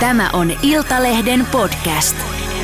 Tämä on Iltalehden podcast.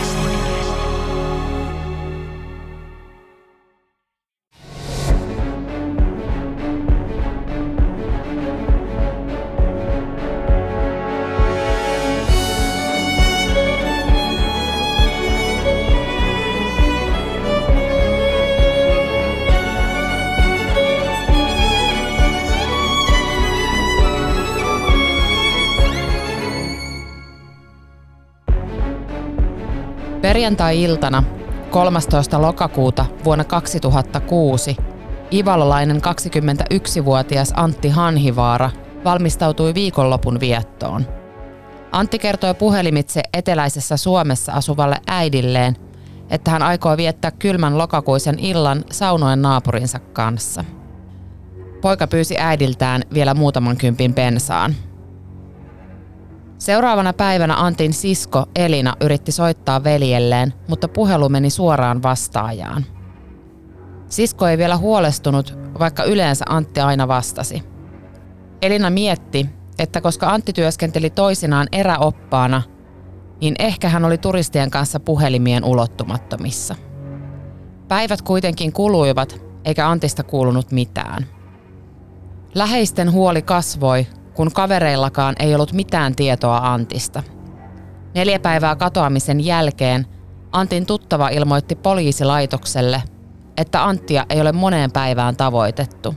Perjantai-iltana 13. lokakuuta vuonna 2006 ivalolainen 21-vuotias Antti Hanhivaara valmistautui viikonlopun viettoon. Antti kertoi puhelimitse eteläisessä Suomessa asuvalle äidilleen, että hän aikoo viettää kylmän lokakuisen illan saunoen naapurinsa kanssa. Poika pyysi äidiltään vielä muutaman kympin bensaan. Seuraavana päivänä Antin sisko Elina yritti soittaa veljelleen, mutta puhelu meni suoraan vastaajaan. Sisko ei vielä huolestunut, vaikka yleensä Antti aina vastasi. Elina mietti, että koska Antti työskenteli toisinaan eräoppaana, niin ehkä hän oli turistien kanssa puhelimien ulottumattomissa. Päivät kuitenkin kuluivat, eikä Antista kuulunut mitään. Läheisten huoli kasvoi, kun kavereillakaan ei ollut mitään tietoa Antista. 4 päivää katoamisen jälkeen Antin tuttava ilmoitti poliisilaitokselle, että Anttia ei ole moneen päivään tavoitettu.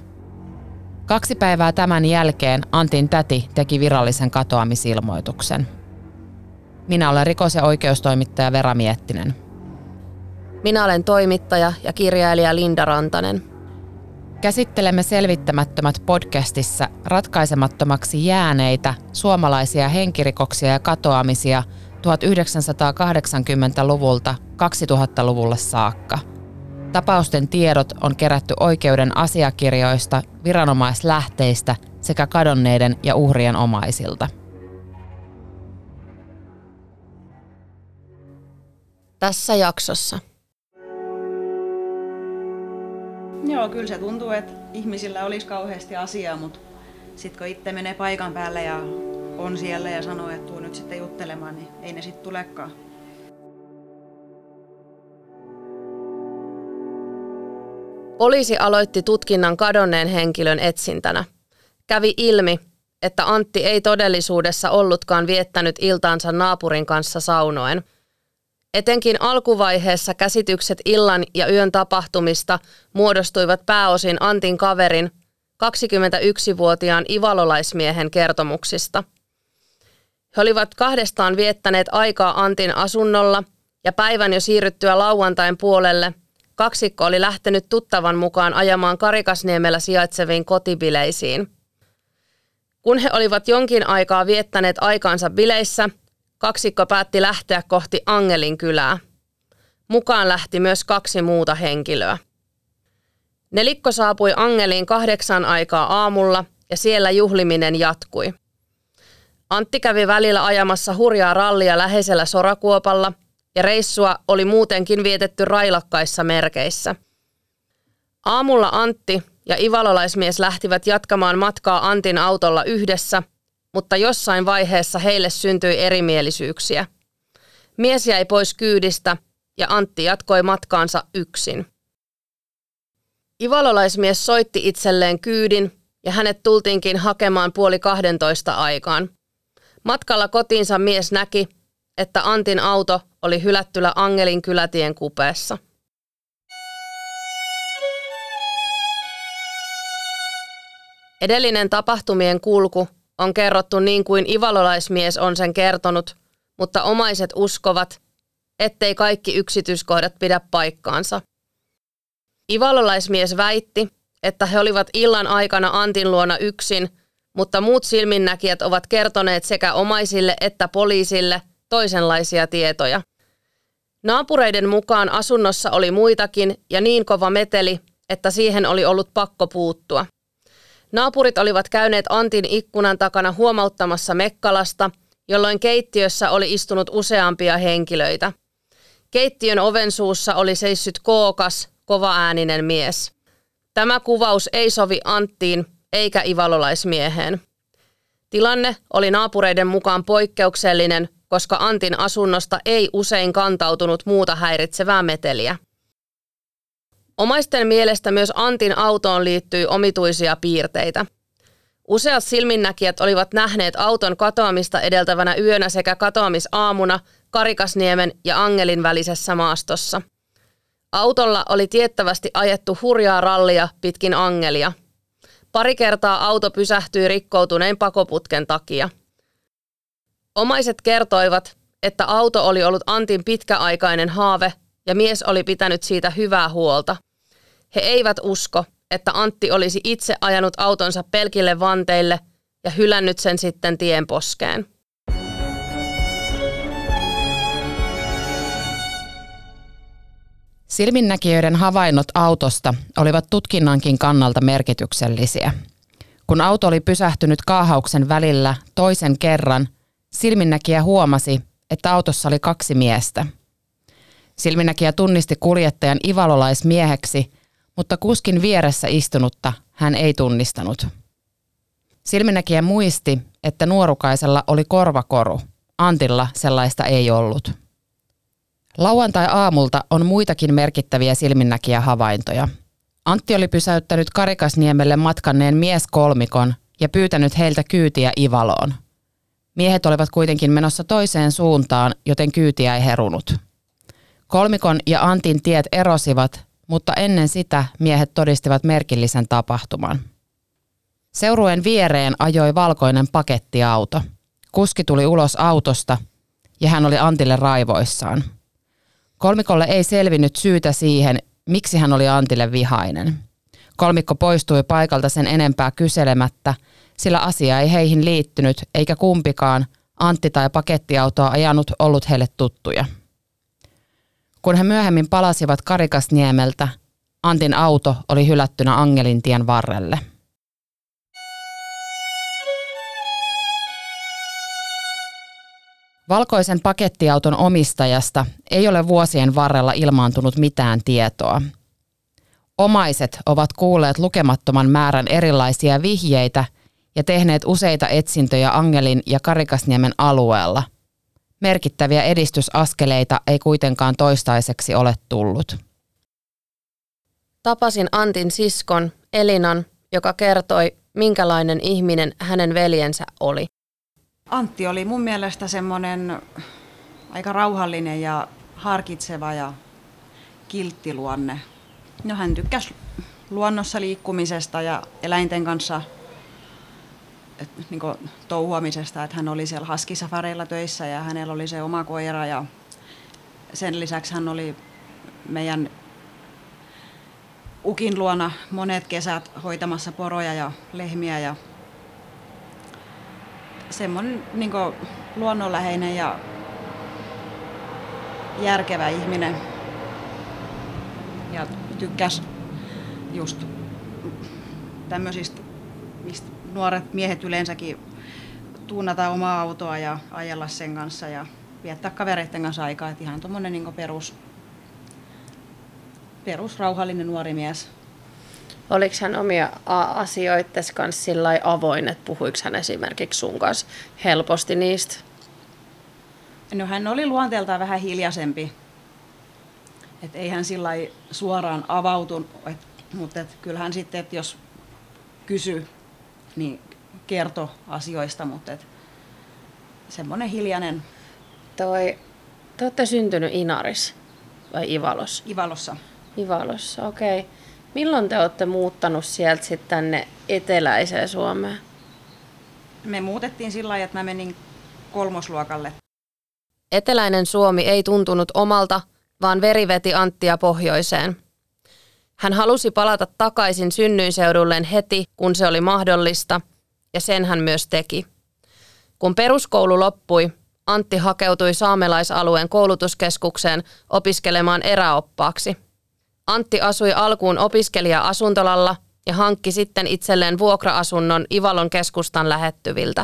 2 päivää tämän jälkeen Antin täti teki virallisen katoamisilmoituksen. Minä olen rikos- ja oikeustoimittaja Vera Miettinen. Minä olen toimittaja ja kirjailija Linda Rantanen. Käsittelemme Selvittämättömät podcastissa ratkaisemattomaksi jääneitä suomalaisia henkirikoksia ja katoamisia 1980-luvulta 2000-luvulle saakka. Tapausten tiedot on kerätty oikeuden asiakirjoista, viranomaislähteistä sekä kadonneiden ja uhrien omaisilta. Tässä jaksossa. Joo, kyllä se tuntuu, että ihmisillä olisi kauheasti asiaa, mutta sitten kun itse menee paikan päälle ja on siellä ja sanoo, että tuu nyt sitten juttelemaan, niin ei ne sitten tulekaan. Poliisi aloitti tutkinnan kadonneen henkilön etsintänä. Kävi ilmi, että Antti ei todellisuudessa ollutkaan viettänyt iltaansa naapurin kanssa saunoen. Etenkin alkuvaiheessa käsitykset illan ja yön tapahtumista muodostuivat pääosin Antin kaverin, 21-vuotiaan ivalolaismiehen kertomuksista. He olivat kahdestaan viettäneet aikaa Antin asunnolla ja päivän jo siirryttyä lauantain puolelle kaksikko oli lähtenyt tuttavan mukaan ajamaan Karikasniemellä sijaitseviin kotibileisiin. Kun he olivat jonkin aikaa viettäneet aikaansa bileissä, kaksikko päätti lähteä kohti Angelin kylää. Mukaan lähti myös 2 muuta henkilöä. Nelikko saapui Angeliin 8 aikaa aamulla ja siellä juhliminen jatkui. Antti kävi välillä ajamassa hurjaa rallia läheisellä sorakuopalla ja reissua oli muutenkin vietetty railakkaissa merkeissä. Aamulla Antti ja ivalolaismies lähtivät jatkamaan matkaa Antin autolla yhdessä, mutta jossain vaiheessa heille syntyi erimielisyyksiä. Mies jäi pois kyydistä ja Antti jatkoi matkaansa yksin. Ivalolaismies soitti itselleen kyydin ja hänet tultiinkin hakemaan 11:30 aikaan. Matkalla kotiinsa mies näki, että Antin auto oli hylättyllä Angelin kylätien kupeessa. Edellinen tapahtumien kulku on kerrottu niin kuin ivalolaismies on sen kertonut, mutta omaiset uskovat, ettei kaikki yksityiskohdat pidä paikkaansa. Ivalolaismies väitti, että he olivat illan aikana Antin luona yksin, mutta muut silminnäkijät ovat kertoneet sekä omaisille että poliisille toisenlaisia tietoja. Naapureiden mukaan asunnossa oli muitakin ja niin kova meteli, että siihen oli ollut pakko puuttua. Naapurit olivat käyneet Antin ikkunan takana huomauttamassa Mekkalasta, jolloin keittiössä oli istunut useampia henkilöitä. Keittiön oven suussa oli seissyt kookas, kovaääninen mies. Tämä kuvaus ei sovi Anttiin eikä ivalolaismieheen. Tilanne oli naapureiden mukaan poikkeuksellinen, koska Antin asunnosta ei usein kantautunut muuta häiritsevää meteliä. Omaisten mielestä myös Antin autoon liittyi omituisia piirteitä. Useat silminnäkijät olivat nähneet auton katoamista edeltävänä yönä sekä katoamisaamuna Karikasniemen ja Angelin välisessä maastossa. Autolla oli tiettävästi ajettu hurjaa rallia pitkin Angelia. Pari kertaa auto pysähtyi rikkoutuneen pakoputken takia. Omaiset kertoivat, että auto oli ollut Antin pitkäaikainen haave ja mies oli pitänyt siitä hyvää huolta. He eivät usko, että Antti olisi itse ajanut autonsa pelkille vanteille ja hylännyt sen sitten tienposkeen. Silminnäkijöiden havainnot autosta olivat tutkinnankin kannalta merkityksellisiä. Kun auto oli pysähtynyt kaahauksen välillä toisen kerran, silminnäkijä huomasi, että autossa oli 2 miestä. Silminnäkijä tunnisti kuljettajan ivalolaismieheksi, mutta kuskin vieressä istunutta hän ei tunnistanut. Silminnäkijä muisti, että nuorukaisella oli korvakoru. Antilla sellaista ei ollut. Lauantai-aamulta on muitakin merkittäviä silminnäkijähavaintoja. Antti oli pysäyttänyt Karikasniemelle matkanneen mieskolmikon ja pyytänyt heiltä kyytiä Ivaloon. Miehet olivat kuitenkin menossa toiseen suuntaan, joten kyytiä ei herunut. Kolmikon ja Antin tiet erosivat, mutta ennen sitä miehet todistivat merkillisen tapahtuman. Seurueen viereen ajoi valkoinen pakettiauto. Kuski tuli ulos autosta ja hän oli Antille raivoissaan. Kolmikolle ei selvinnyt syytä siihen, miksi hän oli Antille vihainen. Kolmikko poistui paikalta sen enempää kyselemättä, sillä asia ei heihin liittynyt eikä kumpikaan, Antti tai pakettiautoa ajanut, ollut heille tuttuja. Kun he myöhemmin palasivat Karikasniemeltä, Antin auto oli hylättynä Angelintien varrelle. Valkoisen pakettiauton omistajasta ei ole vuosien varrella ilmaantunut mitään tietoa. Omaiset ovat kuulleet lukemattoman määrän erilaisia vihjeitä ja tehneet useita etsintöjä Angelin ja Karikasniemen alueella. Merkittäviä edistysaskeleita ei kuitenkaan toistaiseksi ole tullut. Tapasin Antin siskon Elinan, joka kertoi, minkälainen ihminen hänen veljensä oli. Antti oli mun mielestä semmoinen aika rauhallinen ja harkitseva ja kiltti luonne. No, hän tykkäsi luonnossa liikkumisesta ja eläinten kanssa touhuamisesta, että hän oli siellä haskisafareilla töissä ja hänellä oli se oma koira ja sen lisäksi hän oli meidän ukin luona monet kesät hoitamassa poroja ja lehmiä ja semmoinen luonnonläheinen ja järkevä ihminen ja tykkäsi just tämmöisistä, mistä nuoret miehet yleensäkin tuunata omaa autoa ja ajella sen kanssa ja viettää kavereiden kanssa aikaa. Että ihan tuommoinen perus rauhallinen nuori mies. Oliko hän omia asioittensa kanssa sillä avoin, että puhuiko hän esimerkiksi sun kanssa helposti niistä? No, hän oli luonteeltaan vähän hiljaisempi. Et ei hän sillä suoraan avautunut, mutta kyllähän sitten, että jos kysyi, niin kertoi asioista, mutta semmoinen hiljainen. Te olette syntynyt Inarissa vai Ivalossa? Ivalossa. Ivalossa, okei. Okay. Milloin te olette muuttanut sieltä sitten tänne eteläiseen Suomeen? Me muutettiin sillä lailla, että mä menin 3. luokalle. Eteläinen Suomi ei tuntunut omalta, vaan veri veti Anttia pohjoiseen. Hän halusi palata takaisin synnyinseuduilleen heti, kun se oli mahdollista, ja sen hän myös teki. Kun peruskoulu loppui, Antti hakeutui saamelaisalueen koulutuskeskukseen opiskelemaan eräoppaaksi. Antti asui alkuun opiskelija-asuntolalla ja hankki sitten itselleen vuokra-asunnon Ivalon keskustan lähettyviltä.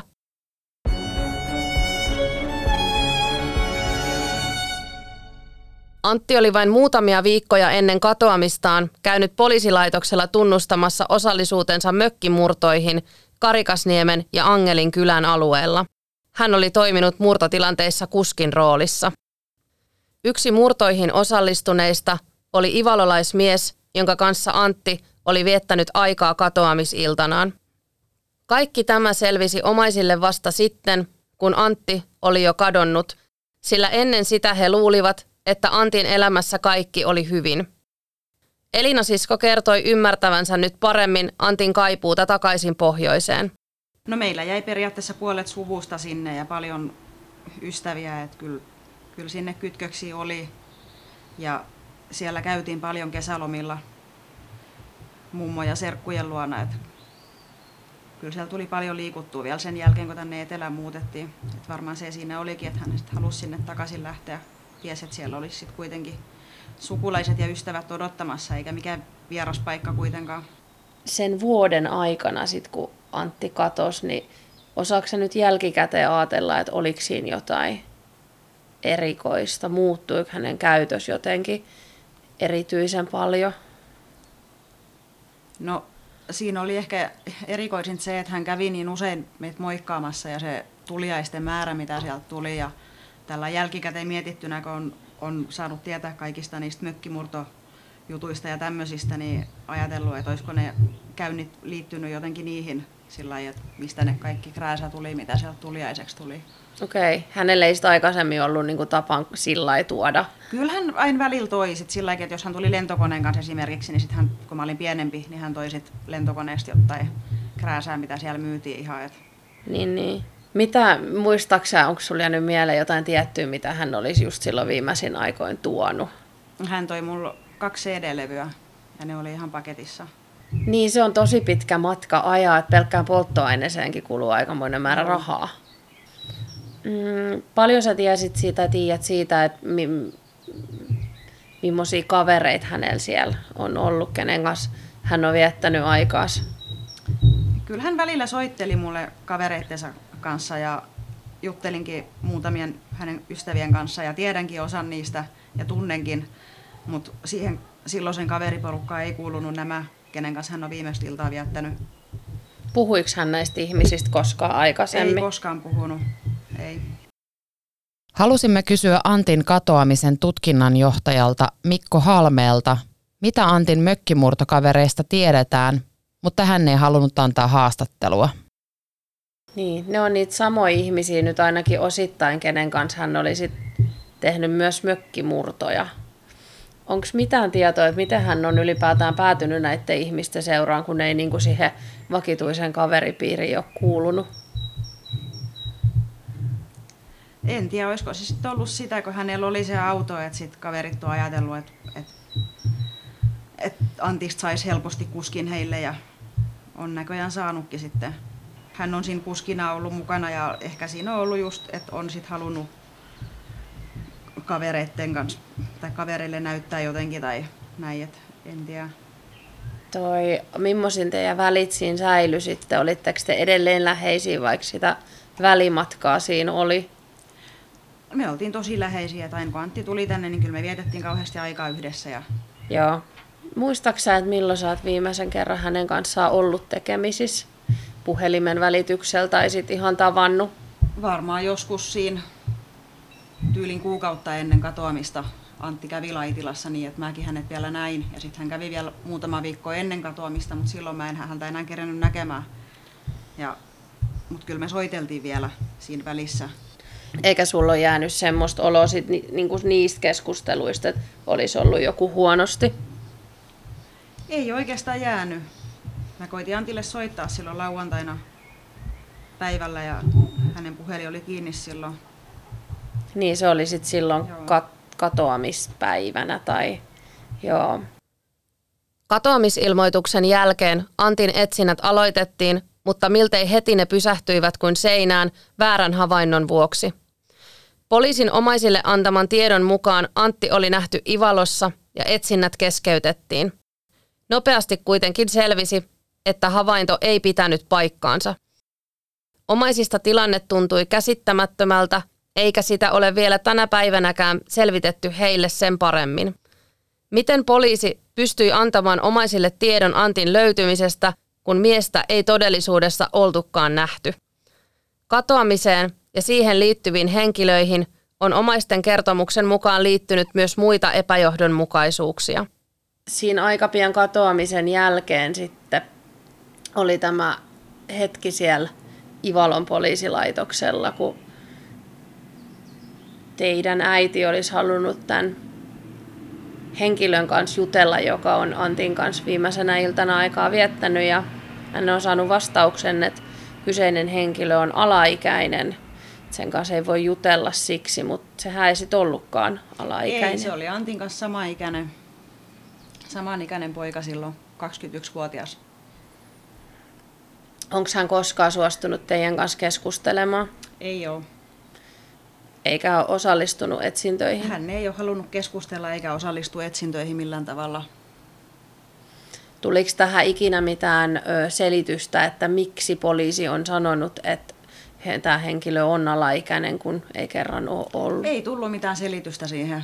Antti oli vain muutamia viikkoja ennen katoamistaan käynyt poliisilaitoksella tunnustamassa osallisuutensa mökkimurtoihin, Karikasniemen ja Angelin kylän alueella. Hän oli toiminut murtotilanteissa kuskin roolissa. Yksi murtoihin osallistuneista oli ivalolaismies, jonka kanssa Antti oli viettänyt aikaa katoamisiltanaan. Kaikki tämä selvisi omaisille vasta sitten, kun Antti oli jo kadonnut, sillä ennen sitä he luulivat, että Antin elämässä kaikki oli hyvin. Elina sisko kertoi ymmärtävänsä nyt paremmin Antin kaipuuta takaisin pohjoiseen. No meillä jäi periaatteessa puolet suvusta sinne ja paljon ystäviä, että kyllä sinne kytköksiä oli. Ja siellä käytiin paljon kesälomilla mummo ja serkkujen luona. Että kyllä siellä tuli paljon liikuttua vielä sen jälkeen, kun tänne etelään muutettiin. Että varmaan se siinä olikin, että hän halusi sinne takaisin lähteä. Tiesi, että siellä olisi sitten kuitenkin sukulaiset ja ystävät odottamassa, eikä mikään vieras paikka kuitenkaan. Sen vuoden aikana, sit kun Antti katosi, niin osaako sä nyt jälkikäteen ajatella, että oliko siinä jotain erikoista? Muuttuiko hänen käytös jotenkin erityisen paljon? No siinä oli ehkä erikoisin se, että hän kävi niin usein meitä moikkaamassa ja se tuliaisten määrä, mitä sieltä tuli. Ja tällä jälkikäteen mietittynä, kun on saanut tietää kaikista niistä mökkimurtojutuista ja tämmöisistä, niin ajatellut, että olisiko ne käynnit liittynyt jotenkin niihin sillä lailla, että mistä ne kaikki krääsä tuli, mitä sieltä tuliaiseksi tuli. Okei. Hänelle ei sitä aikaisemmin ollut niinku tapaan sillä lailla tuoda? Kyllä hän aina välillä toi sit sillä lailla, että jos hän tuli lentokoneen kanssa esimerkiksi, niin sit hän, kun mä olin pienempi, niin hän toi sit lentokoneesta jotain krääsää, mitä siellä myytiin ihan. Et. Niin. Mitä, muistaaksä, onko sulla jäänyt mieleen jotain tiettyä, mitä hän olisi just silloin viimeisin aikoin tuonut? Hän toi mulle 2 CD-levyä ja ne oli ihan paketissa. Niin, se on tosi pitkä matka ajaa, että pelkkään polttoaineeseenkin kuluu aikamoinen määrä rahaa. Paljon sä tiedät siitä, että millaisia kavereita hänellä siellä on ollut, kenen kanssa hän on viettänyt aikaansa? Kyllä hän välillä soitteli mulle kavereittensa kanssa ja juttelinkin muutamien hänen ystävien kanssa ja tiedänkin osan niistä ja tunnenkin, mutta siihen silloisen kaveriporukkaan ei kuulunut nämä, kenen kanssa hän on viimeistä iltaa viettänyt. Puhuiko hän näistä ihmisistä koskaan aikaisemmin? Ei koskaan puhunut, ei. Halusimme kysyä Antin katoamisen tutkinnanjohtajalta Mikko Halmeelta, mitä Antin mökkimurtokavereista tiedetään, mutta hän ei halunnut antaa haastattelua. Niin, ne on niitä samoja ihmisiä nyt ainakin osittain, kenen kanssa hän olisi tehnyt myös mökkimurtoja. Onko mitään tietoa, että miten hän on ylipäätään päätynyt näiden ihmisten seuraan, kun ei niin kuin siihen vakituisen kaveripiiriin ole kuulunut? En tiedä, olisiko se sitten ollut sitä, kun hänellä oli se auto, että sitten kaverit on ajatellut, että Antista saisi helposti kuskin heille ja on näköjään saanutkin sitten. Hän on siinä kuskina ollut mukana ja ehkä siinä on ollut just, että on sitten halunnut kavereiden kanssa tai kavereille näyttää jotenkin tai näin, että en tiedä. Mimmoisin teidän välit siinä säilyi sitten? Olitteko te edelleen läheisiä, vaikka sitä välimatkaa siinä oli? Me oltiin tosi läheisiä, että aina kun Antti tuli tänne, niin kyllä me vietettiin kauheasti aikaa yhdessä. Joo. Muistatko sä, että milloin sä oot viimeisen kerran hänen kanssaan ollut tekemisissä? Puhelimen välityksellä tai sit ihan tavannut? Varmaan joskus siinä tyylin kuukautta ennen katoamista Antti kävi Laitilassa niin, että mäkin hänet vielä näin. Ja sitten hän kävi vielä muutama viikko ennen katoamista, mutta silloin mä en häntä enää kerennyt näkemään. Mutta kyllä me soiteltiin vielä siinä välissä. Eikä sulla ole jäänyt semmoista oloa sit niinku niistä keskusteluista, että olisi ollut joku huonosti? Ei oikeastaan jäänyt. Mä koitin Antille soittaa silloin lauantaina päivällä ja hänen puhelin oli kiinni silloin. Niin, se oli sitten silloin katoamispäivänä tai joo. Katoamisilmoituksen jälkeen Antin etsinnät aloitettiin, mutta miltei heti ne pysähtyivät kuin seinään väärän havainnon vuoksi. Poliisin omaisille antaman tiedon mukaan Antti oli nähty Ivalossa ja etsinnät keskeytettiin. Nopeasti kuitenkin selvisi, että havainto ei pitänyt paikkaansa. Omaisista tilanne tuntui käsittämättömältä, eikä sitä ole vielä tänä päivänäkään selvitetty heille sen paremmin. Miten poliisi pystyi antamaan omaisille tiedon Antin löytymisestä, kun miestä ei todellisuudessa oltukaan nähty. Katoamiseen ja siihen liittyviin henkilöihin on omaisten kertomuksen mukaan liittynyt myös muita epäjohdonmukaisuuksia. Siinä aika pian katoamisen jälkeen sitten oli tämä hetki siellä Ivalon poliisilaitoksella, kun teidän äiti olisi halunnut tämän henkilön kanssa jutella, joka on Antin kanssa viimeisenä iltana aikaa viettänyt, ja hän on saanut vastauksen, että kyseinen henkilö on alaikäinen. Sen kanssa ei voi jutella siksi, mutta sehän ei sitten ollutkaan alaikäinen. Ei, se oli Antin kanssa samanikäinen poika silloin, 21-vuotias. Onko hän koskaan suostunut teidän kanssa keskustelemaan? Ei ole. Eikä ole osallistunut etsintöihin? Hän ei ole halunnut keskustella eikä osallistua etsintöihin millään tavalla. Tuliko tähän ikinä mitään selitystä, että miksi poliisi on sanonut, että tämä henkilö on alaikäinen, kun ei kerran ole ollut? Ei tullut mitään selitystä siihen.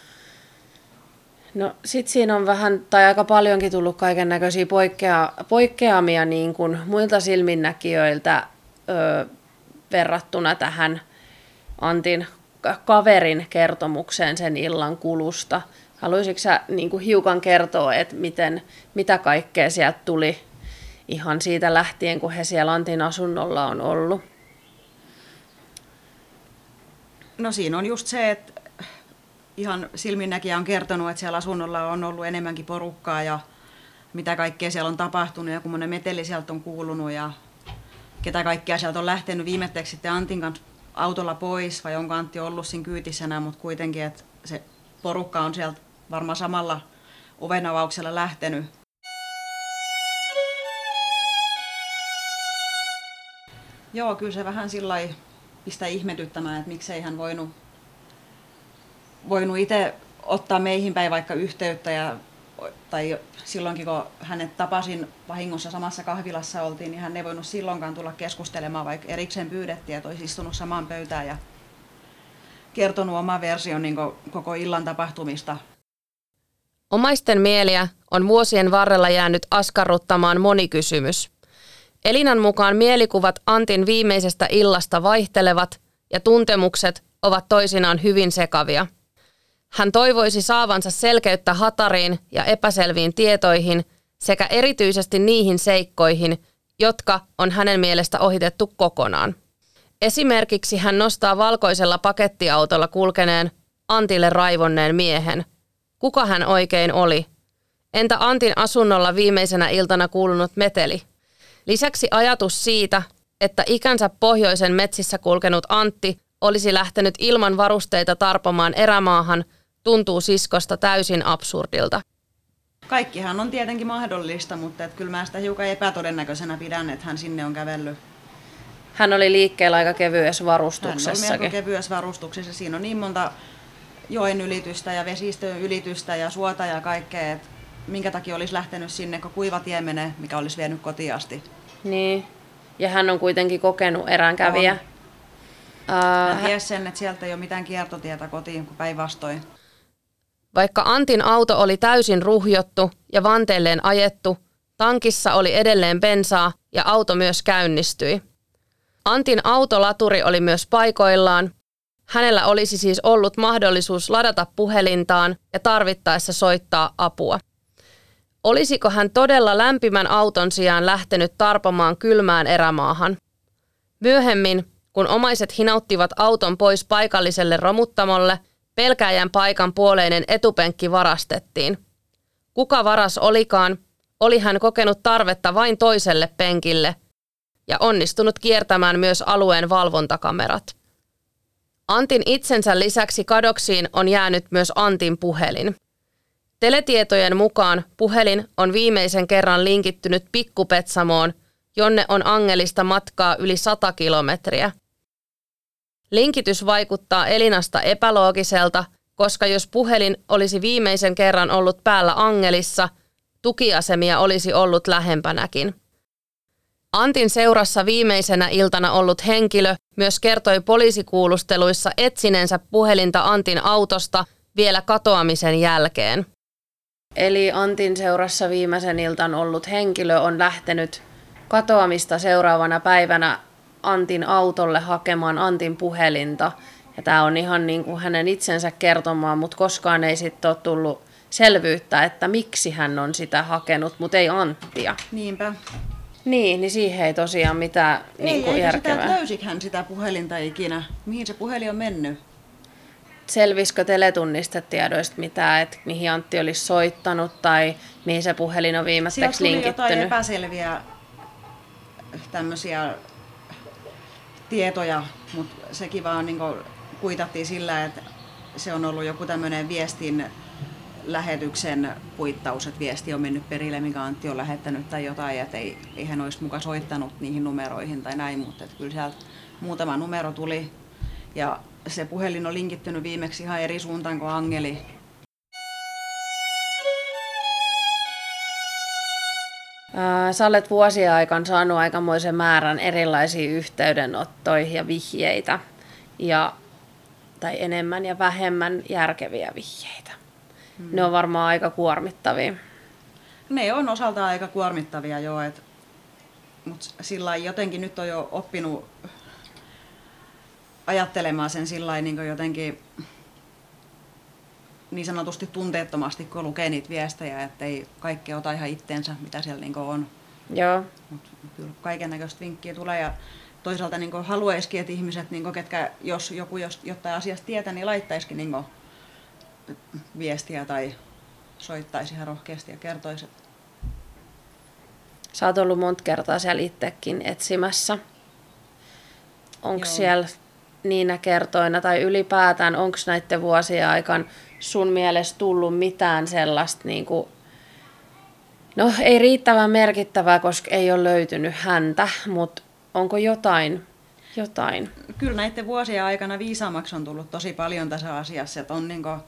No sit siinä on vähän, tai aika paljonkin tullut kaiken näköisiä poikkeamia niin kuin muilta silminnäkijöiltä verrattuna tähän Antin kaverin kertomukseen sen illan kulusta. Haluaisitko sä niin kuin hiukan kertoa, että mitä kaikkea sieltä tuli ihan siitä lähtien, kun he siellä Antin asunnolla on ollut? No siinä on just se, että ihan silminnäkijä on kertonut, että siellä asunnolla on ollut enemmänkin porukkaa ja mitä kaikkea siellä on tapahtunut ja kummoinen meteli sieltä on kuulunut ja ketä kaikkea sieltä on lähtenyt viimeiseksi sitten Antin kanssa autolla pois, vai onko Antti ollut siinä kyytisänä, mutta kuitenkin, että se porukka on sieltä varmaan samalla ovenavauksella lähtenyt. Joo, kyllä se vähän sillai pistää ihmetyttämään, että miksei hän voinut itse ottaa meihin päin vaikka yhteyttä, tai silloinkin kun hänet tapasin vahingossa samassa kahvilassa oltiin, niin hän ei voinut silloinkaan tulla keskustelemaan, vaikka erikseen pyydettiin, että olisi istunut samaan pöytään ja kertonut oman version niin koko illan tapahtumista. Omaisten mieliä on vuosien varrella jäänyt askarruttamaan moni kysymys. Elinan mukaan mielikuvat Antin viimeisestä illasta vaihtelevat ja tuntemukset ovat toisinaan hyvin sekavia. Hän toivoisi saavansa selkeyttä hatariin ja epäselviin tietoihin sekä erityisesti niihin seikkoihin, jotka on hänen mielestä ohitettu kokonaan. Esimerkiksi hän nostaa valkoisella pakettiautolla kulkeneen Antille raivonneen miehen. Kuka hän oikein oli? Entä Antin asunnolla viimeisenä iltana kuulunut meteli? Lisäksi ajatus siitä, että ikänsä pohjoisen metsissä kulkenut Antti olisi lähtenyt ilman varusteita tarpomaan erämaahan, tuntuu siskosta täysin absurdilta. Kaikkihan on tietenkin mahdollista, mutta kyllä mä sitä hiukan epätodennäköisenä pidän, että hän sinne on kävellyt. Hän oli liikkeellä aika kevyessä varustuksessakin. Hän oli melko kevyessä varustuksessa. Siinä on niin monta joen ylitystä ja vesistön ylitystä ja suota ja kaikkea, että minkä takia olisi lähtenyt sinne, kun kuiva tie menee, mikä olisi vienyt kotiin asti. Niin, ja hän on kuitenkin kokenut eränkävijä. Hän tiesi sen, että sieltä ei ole mitään kiertotietä kotiin, kuin päinvastoin. Vaikka Antin auto oli täysin ruhjottu ja vanteelleen ajettu, tankissa oli edelleen bensaa ja auto myös käynnistyi. Antin autolaturi oli myös paikoillaan. Hänellä olisi siis ollut mahdollisuus ladata puhelintaan ja tarvittaessa soittaa apua. Olisiko hän todella lämpimän auton sijaan lähtenyt tarpomaan kylmään erämaahan? Myöhemmin, kun omaiset hinauttivat auton pois paikalliselle romuttamolle, pelkääjän paikan puoleinen etupenkki varastettiin. Kuka varas olikaan, oli hän kokenut tarvetta vain toiselle penkille ja onnistunut kiertämään myös alueen valvontakamerat. Antin itsensä lisäksi kadoksiin on jäänyt myös Antin puhelin. Teletietojen mukaan puhelin on viimeisen kerran linkittynyt Pikku-Petsamoon, jonne on Angelista matkaa yli 100 kilometriä. Linkitys vaikuttaa Elinasta epäloogiselta, koska jos puhelin olisi viimeisen kerran ollut päällä Angelissa, tukiasemia olisi ollut lähempänäkin. Antin seurassa viimeisenä iltana ollut henkilö myös kertoi poliisikuulusteluissa etsineensä puhelinta Antin autosta vielä katoamisen jälkeen. Eli Antin seurassa viimeisen iltan ollut henkilö on lähtenyt katoamista seuraavana päivänä Antin autolle hakemaan Antin puhelinta. Ja tämä on ihan niin kuin hänen itsensä kertomaan, mutta koskaan ei sitten ole tullut selvyyttä, että miksi hän on sitä hakenut, mutta ei Anttia. Niinpä. Niin siihen ei tosiaan mitään niin kuin järkevää. Sitä, löysikö hän sitä puhelinta ikinä? Mihin se puhelin on mennyt? Selvisikö teletunnistetiedoista mitään, että mihin Antti olisi soittanut tai mihin se puhelin on viimeiseksi linkittynyt? Sieltä tuli jotain epäselviä tämmöisiä tietoja, mutta sekin vaan niin kuin kuitattiin sillä, että se on ollut joku tämmöinen viestin lähetyksen kuittaus, että viesti on mennyt perille, mikä Antti on lähettänyt tai jotain, että ei hän olisi muka soittanut niihin numeroihin tai näin, mutta että kyllä sieltä muutama numero tuli ja se puhelin on linkittynyt viimeksi ihan eri suuntaan kuin Angeli. Sä olet vuosien aikana saanut aikamoisen määrän erilaisia yhteydenottoja ja vihjeitä, tai enemmän ja vähemmän järkeviä vihjeitä. Ne on varmaan aika kuormittavia. Ne on osaltaan aika kuormittavia jo, mutta sillä jotenkin nyt on jo oppinut ajattelemaan sen sillä niin jotenkin niin sanotusti tunteettomasti, kun lukee niitä viestejä, ettei kaikki ota ihan itteensä, mitä siellä niin on. Joo. Mut kyllä kaikennäköistä vinkkiä tulee ja toisaalta niin haluaisikin, että ihmiset, niin ketkä, jos joku jotain asiasta tietää, niin laittaisikin niin viestiä tai soittaisi ihan rohkeasti ja kertoisi. Sä oot ollut monta kertaa siellä itsekin etsimässä. Onko siellä niinä kertoina tai ylipäätään, onko näiden vuosien aikana sun mielestä tullut mitään sellaista, niin kuin, no ei riittävän merkittävää, koska ei ole löytynyt häntä, mutta onko jotain? Kyllä näiden vuosien aikana viisaammaksi on tullut tosi paljon tässä asiassa, että on niin kuin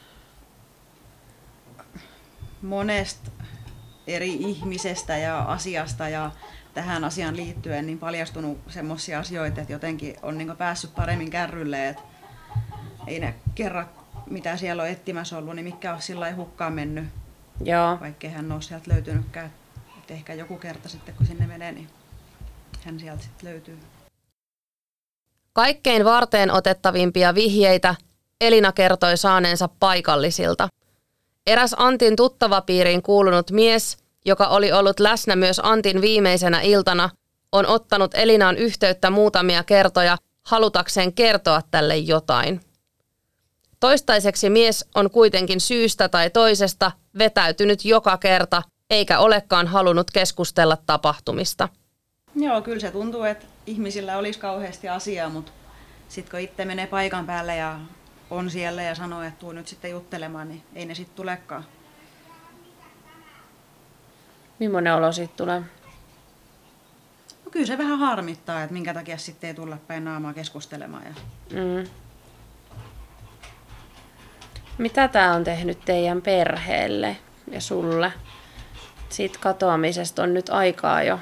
monesta eri ihmisestä ja asiasta ja tähän asiaan liittyen niin paljastunut semmoisia asioita, että jotenkin on niin kuin päässyt paremmin kärrylle, että ei ne kerran mitä siellä on etsimässä ollut, niin mikä on sillä lailla hukkaan mennyt, vaikkei hän ole sieltä löytynytkään. Et ehkä joku kerta sitten, kun sinne menee, niin hän sieltä sitten löytyy. Kaikkein varteen otettavimpia vihjeitä Elina kertoi saaneensa paikallisilta. Eräs Antin tuttavapiiriin kuulunut mies, joka oli ollut läsnä myös Antin viimeisenä iltana, on ottanut Elinaan yhteyttä muutamia kertoja halutakseen kertoa tälle jotain. Toistaiseksi mies on kuitenkin syystä tai toisesta vetäytynyt joka kerta, eikä olekaan halunnut keskustella tapahtumista. Joo, kyllä se tuntuu, että ihmisillä olisi kauheasti asiaa, mutta sitten kun itse menee paikan päälle ja on siellä ja sanoo, että tuu nyt sitten juttelemaan, niin ei ne sitten tulekaan. Millainen olo siitä tulee? No kyllä se vähän harmittaa, että minkä takia sitten ei tulla päin naamaa keskustelemaan. Mitä tämä on tehnyt teidän perheelle ja sulle? Siitä katoamisesta on nyt aikaa jo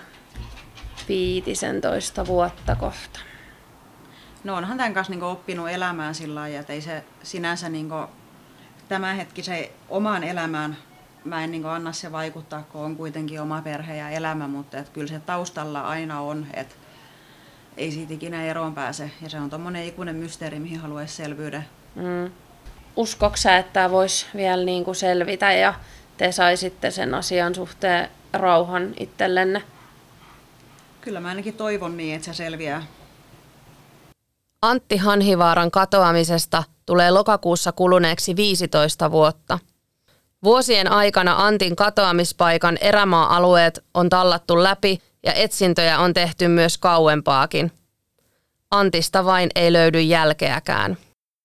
15 vuotta kohta. No onhan tämän kanssa oppinut elämään sillä lailla, että ei se sinänsä tämänhetkisen omaan elämään mä en anna se vaikuttaa, kun on kuitenkin oma perhe ja elämä, mutta että kyllä se taustalla aina on, että ei siitä ikinä eroon pääse. Ja se on tommoinen ikuinen mysteeri, mihin haluaisi selvyyden. Uskoiko sä, että tämä voisi vielä selvitä ja te saisitte sen asian suhteen rauhan itsellenne? Kyllä mä ainakin toivon niin, että se selviää. Antti Hanhivaaran katoamisesta tulee lokakuussa kuluneeksi 15 vuotta. Vuosien aikana Antin katoamispaikan erämaa-alueet on tallattu läpi ja etsintöjä on tehty myös kauempaakin. Antista vain ei löydy jälkeäkään.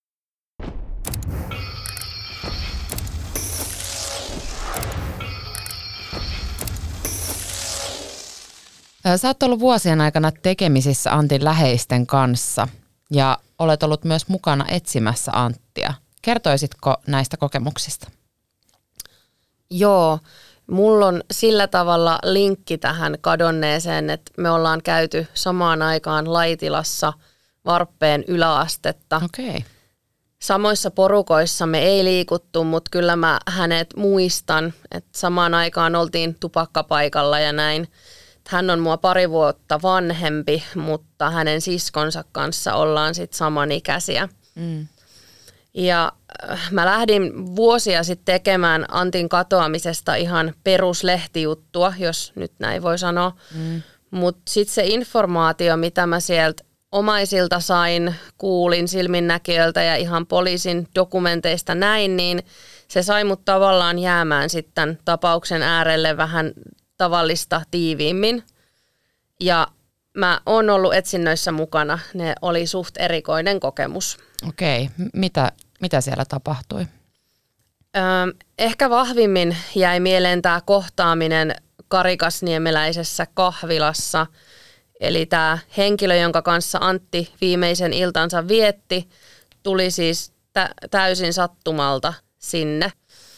Sä oot ollut vuosien aikana tekemisissä Antin läheisten kanssa ja olet ollut myös mukana etsimässä Anttia. Kertoisitko näistä kokemuksista? Joo, mulla on sillä tavalla linkki tähän kadonneeseen, että me ollaan käyty samaan aikaan Laitilassa Varppeen yläastetta. Okay. Samoissa porukoissa me ei liikuttu, mutta kyllä mä hänet muistan, että samaan aikaan oltiin tupakkapaikalla ja näin. Hän on mua 2 vuotta vanhempi, mutta hänen siskonsa kanssa ollaan sitten samanikäisiä. Ja mä lähdin vuosia sitten tekemään Antin katoamisesta ihan peruslehtijuttua, jos nyt näin voi sanoa. Mutta sitten se informaatio, mitä mä sieltä omaisilta sain, kuulin silminnäkijöiltä ja ihan poliisin dokumenteista näin, niin se sai mut tavallaan jäämään sitten tapauksen äärelle vähän tavallista tiiviimmin. Ja mä oon ollut etsinnöissä mukana. Ne oli suht erikoinen kokemus. Okei. Mitä siellä tapahtui? Ehkä vahvimmin jäi mieleen tämä kohtaaminen Karikasniemeläisessä kahvilassa. Eli tämä henkilö, jonka kanssa Antti viimeisen iltansa vietti, tuli siis täysin sattumalta sinne.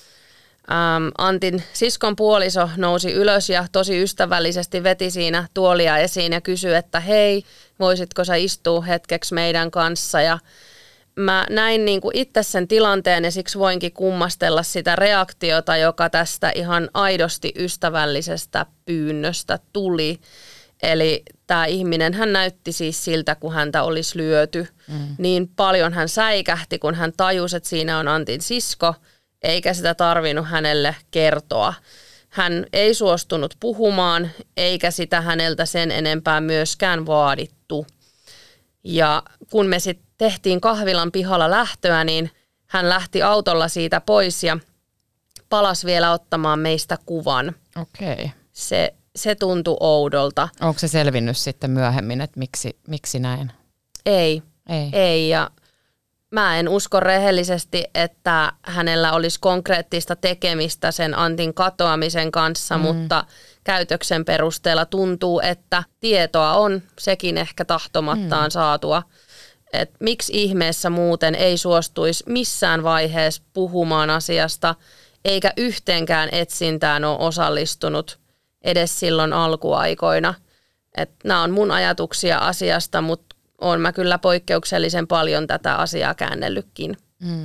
Antin siskon puoliso nousi ylös ja tosi ystävällisesti veti siinä tuolia esiin ja kysyi, että hei, voisitko sä istua hetkeksi meidän kanssa. Ja mä näin niin kuin itse sen tilanteen ja siksi voinkin kummastella sitä reaktiota, joka tästä ihan aidosti ystävällisestä pyynnöstä tuli. Eli tämä ihminen, hän näytti siis siltä, kun häntä olisi lyöty. Niin paljon hän säikähti, kun hän tajusi, että siinä on Antin sisko, eikä sitä tarvinnut hänelle kertoa. Hän ei suostunut puhumaan, eikä sitä häneltä sen enempää myöskään vaadittu. Ja kun me sitten tehtiin kahvilan pihalla lähtöä, niin hän lähti autolla siitä pois ja palasi vielä ottamaan meistä kuvan. Okei. Se tuntui oudolta. Onko se selvinnyt sitten myöhemmin, että miksi näin? Ei. Ja mä en usko rehellisesti, että hänellä olisi konkreettista tekemistä sen Antin katoamisen kanssa, mutta käytöksen perusteella tuntuu, että tietoa on sekin ehkä tahtomattaan saatua. Et miksi ihmeessä muuten ei suostuisi missään vaiheessa puhumaan asiasta, eikä yhteenkään etsintään ole osallistunut edes silloin alkuaikoina. Nämä on mun ajatuksia asiasta, mutta olen mä kyllä poikkeuksellisen paljon tätä asiaa käännellytkin.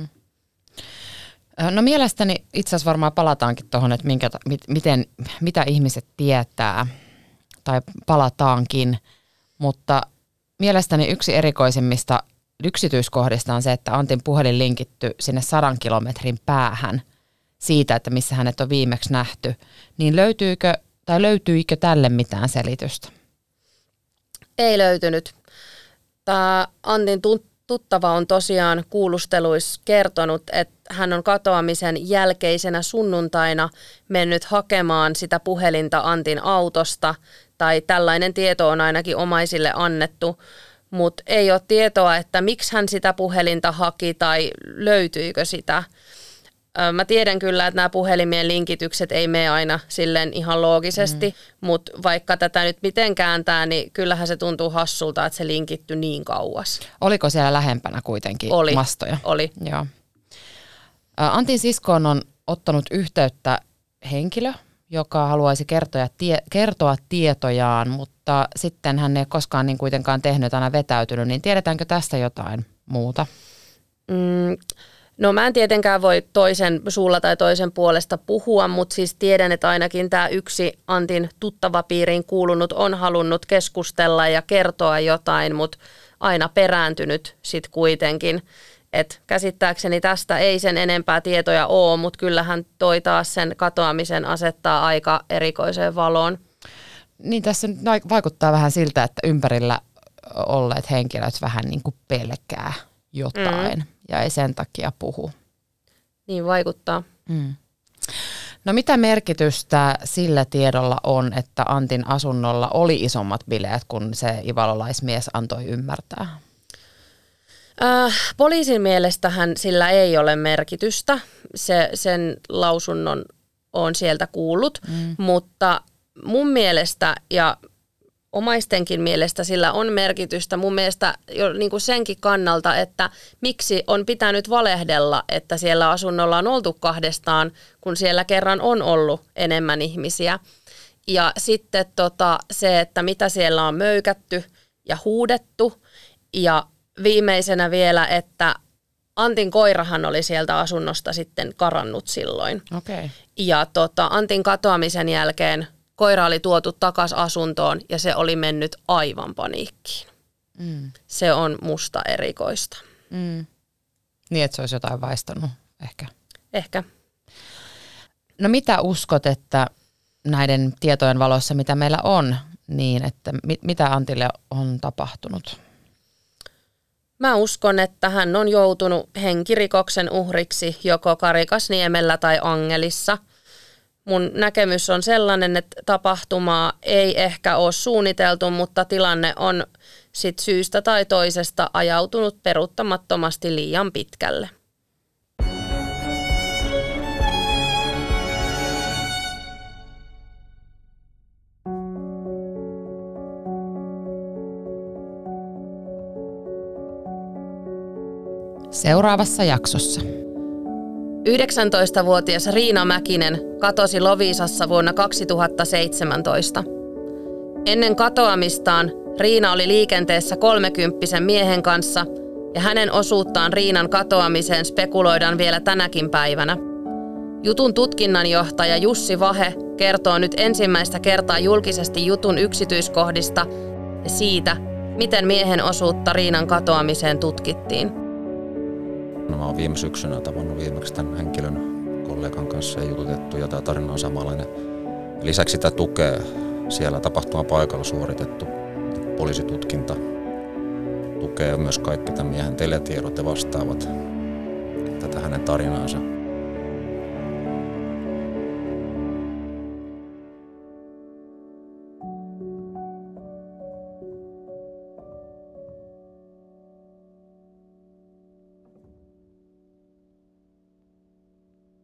No mielestäni itse asiassa varmaan palataankin tuohon, että mitä ihmiset tietää, tai palataankin, mutta mielestäni yksi erikoisimmista yksityiskohdista on se, että Antin puhelin linkitty sinne 100 kilometrin päähän siitä, että missä hänet on viimeksi nähty, niin löytyykö tälle mitään selitystä? Ei löytynyt. Tämä Antin tuttava on tosiaan kuulusteluissa kertonut, että hän on katoamisen jälkeisenä sunnuntaina mennyt hakemaan sitä puhelinta Antin autosta, tai tällainen tieto on ainakin omaisille annettu, mutta ei ole tietoa, että miksi hän sitä puhelinta haki tai löytyykö sitä. Mä tiedän kyllä, että nämä puhelimien linkitykset ei mene aina silleen ihan loogisesti, mutta vaikka tätä nyt miten kääntää, niin kyllähän se tuntuu hassulta, että se linkitty niin kauas. Oliko siellä lähempänä kuitenkin mastoja? Oli. Joo. Antin siskoon on ottanut yhteyttä henkilö, joka haluaisi kertoa tietojaan, mutta sitten hän ei koskaan niin kuitenkaan tehnyt, aina vetäytynyt, niin tiedetäänkö tästä jotain muuta? No mä en tietenkään voi toisen suulla tai toisen puolesta puhua, mutta siis tiedän, että ainakin tämä yksi Antin tuttavapiiriin kuulunut on halunnut keskustella ja kertoa jotain, mutta aina perääntynyt sitten kuitenkin. Et käsittääkseni tästä ei sen enempää tietoja ole, mutta kyllähän toi taas sen katoamisen asettaa aika erikoiseen valoon. Niin tässä nyt vaikuttaa vähän siltä, että ympärillä olleet henkilöt vähän niin kuin pelkää jotain ja ei sen takia puhu. Niin vaikuttaa. No mitä merkitystä sillä tiedolla on, että Antin asunnolla oli isommat bileet, kun se ivalolaismies antoi ymmärtää? Poliisin mielestähän sillä ei ole merkitystä. Sen lausunnon on sieltä kuullut, mutta mun mielestä ja omaistenkin mielestä sillä on merkitystä mun mielestä jo niin kuin senkin kannalta, että miksi on pitänyt valehdella, että siellä asunnolla on oltu kahdestaan, kun siellä kerran on ollut enemmän ihmisiä. Ja sitten se, että mitä siellä on möykätty ja huudettu ja viimeisenä vielä, että Antin koirahan oli sieltä asunnosta sitten karannut silloin. Okay. Ja Antin katoamisen jälkeen koira oli tuotu takaisin asuntoon ja se oli mennyt aivan paniikkiin. Se on musta erikoista. Niin, että se olisi jotain vaistonut ehkä. Ehkä. No mitä uskot, että näiden tietojen valossa, mitä meillä on, niin että mitä Antille on tapahtunut? Mä uskon, että hän on joutunut henkirikoksen uhriksi joko Karikasniemellä tai Angelissa. Mun näkemys on sellainen, että tapahtumaa ei ehkä ole suunniteltu, mutta tilanne on sit syystä tai toisesta ajautunut peruuttamattomasti liian pitkälle. Seuraavassa jaksossa. 19-vuotias Riina Mäkinen katosi Loviisassa vuonna 2017. Ennen katoamistaan Riina oli liikenteessä 30 miehen kanssa ja hänen osuuttaan Riinan katoamiseen spekuloidaan vielä tänäkin päivänä. Jutun tutkinnanjohtaja Jussi Vahe kertoo nyt ensimmäistä kertaa julkisesti jutun yksityiskohdista ja siitä, miten miehen osuutta Riinan katoamiseen tutkittiin. Mä oon viime syksynä tavannut viimeksi tämän henkilön kollegan kanssa ja jututettu ja tämä tarina on samanlainen. Lisäksi sitä tukee siellä tapahtumapaikalla suoritettu poliisitutkinta. Tukee myös kaikki tämän miehen teletiedot ja vastaavat tätä hänen tarinaansa.